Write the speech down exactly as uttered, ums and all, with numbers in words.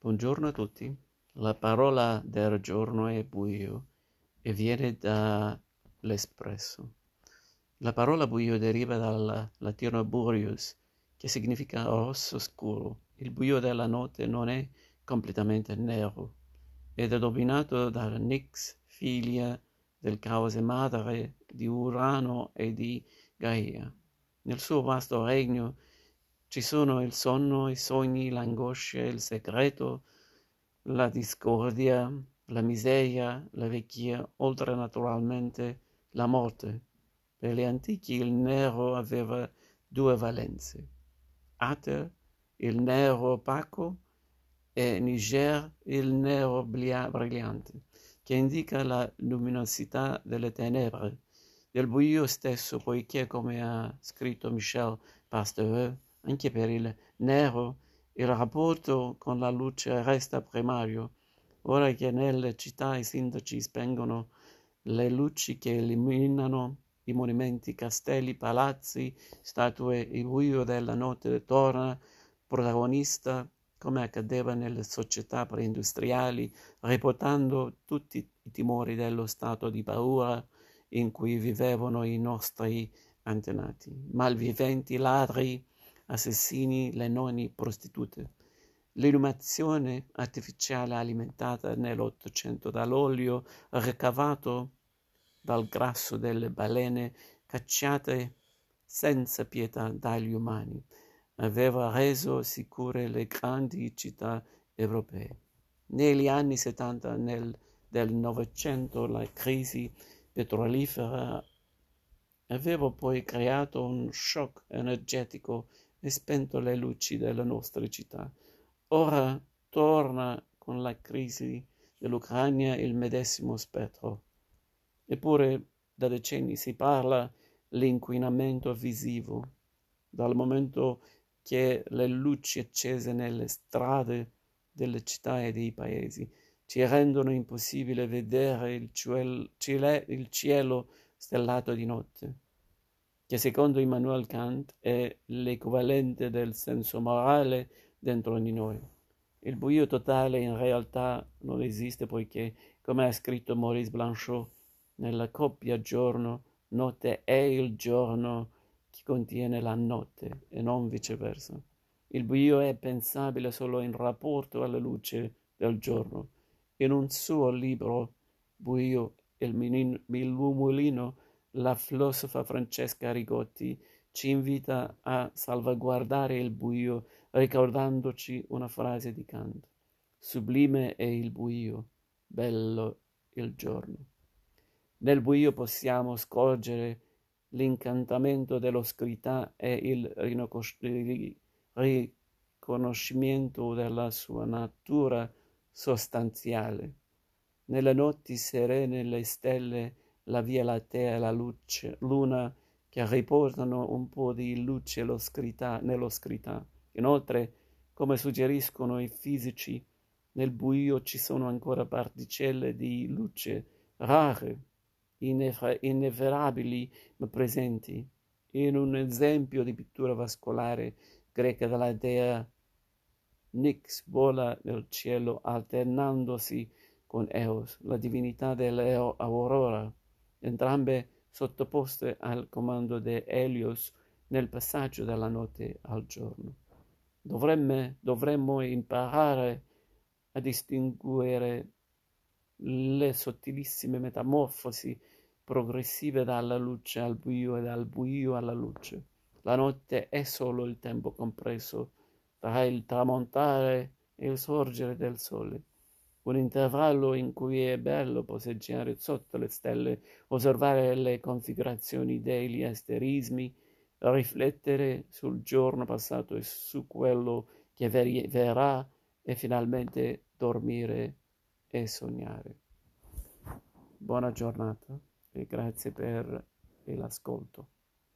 Buongiorno a tutti. La parola del giorno è buio e viene dall'Espresso. La parola buio deriva dal latino burius, che significa rosso scuro. Il buio della notte non è completamente nero ed è dominato da Nyx, figlia del caos e madre di Urano e di Gaia. Nel suo vasto regno ci sono il sonno, i sogni, l'angoscia, il segreto, la discordia, la miseria, la vecchia, oltre naturalmente la morte. Per gli antichi il nero aveva due valenze: Ater, il nero opaco, e Niger, il nero brillante, che indica la luminosità delle tenebre, del buio stesso, poiché, come ha scritto Michel Pasteur, anche per il nero il rapporto con la luce resta primario. Ora che nelle città i sindaci spengono le luci che illuminano i monumenti, castelli, palazzi, statue, il buio della notte torna protagonista, come accadeva nelle società preindustriali, riportando tutti i timori dello stato di paura in cui vivevano i nostri antenati: malviventi, ladri, assassini, lenoni, prostitute. L'illuminazione artificiale alimentata nell'Ottocento dall'olio ricavato dal grasso delle balene cacciate senza pietà dagli umani aveva reso sicure le grandi città europee. Negli anni settanta nel, del Novecento la crisi petrolifera aveva poi creato un shock energetico e spento le luci delle nostre città. Ora torna con la crisi dell'Ucraina il medesimo spettro. Eppure da decenni si parla dell'inquinamento visivo, dal momento che le luci accese nelle strade delle città e dei paesi ci rendono impossibile vedere il cielo, il cielo stellato di notte, che secondo Immanuel Kant è l'equivalente del senso morale dentro di noi. Il buio totale in realtà non esiste, poiché, come ha scritto Maurice Blanchot nella coppia giorno-notte, è il giorno che contiene la notte e non viceversa. Il buio è pensabile solo in rapporto alla luce del giorno. In un suo libro, Buio e il mulino, la filosofa Francesca Rigotti ci invita a salvaguardare il buio ricordandoci una frase di Kant: sublime è il buio, bello il giorno. Nel buio possiamo scorgere l'incantamento dell'oscurità e il riconoscimento della sua natura sostanziale. Nelle notti serene le stelle, la Via Lattea e la luce, luna che riportano un po' di luce nell'oscurità. Inoltre, come suggeriscono i fisici, nel buio ci sono ancora particelle di luce rare, inefferabili ma presenti. In un esempio di pittura vascolare greca della dea Nyx vola nel cielo alternandosi con Eos, la divinità dell'aurora, entrambe sottoposte al comando di Helios nel passaggio dalla notte al giorno. Dovremmo, dovremmo imparare a distinguere le sottilissime metamorfosi progressive dalla luce al buio e dal buio alla luce. La notte è solo il tempo compreso tra il tramontare e il sorgere del sole, un intervallo in cui è bello poseggiare sotto le stelle, osservare le configurazioni degli asterismi, riflettere sul giorno passato e su quello che verrà e finalmente dormire e sognare. Buona giornata e grazie per l'ascolto.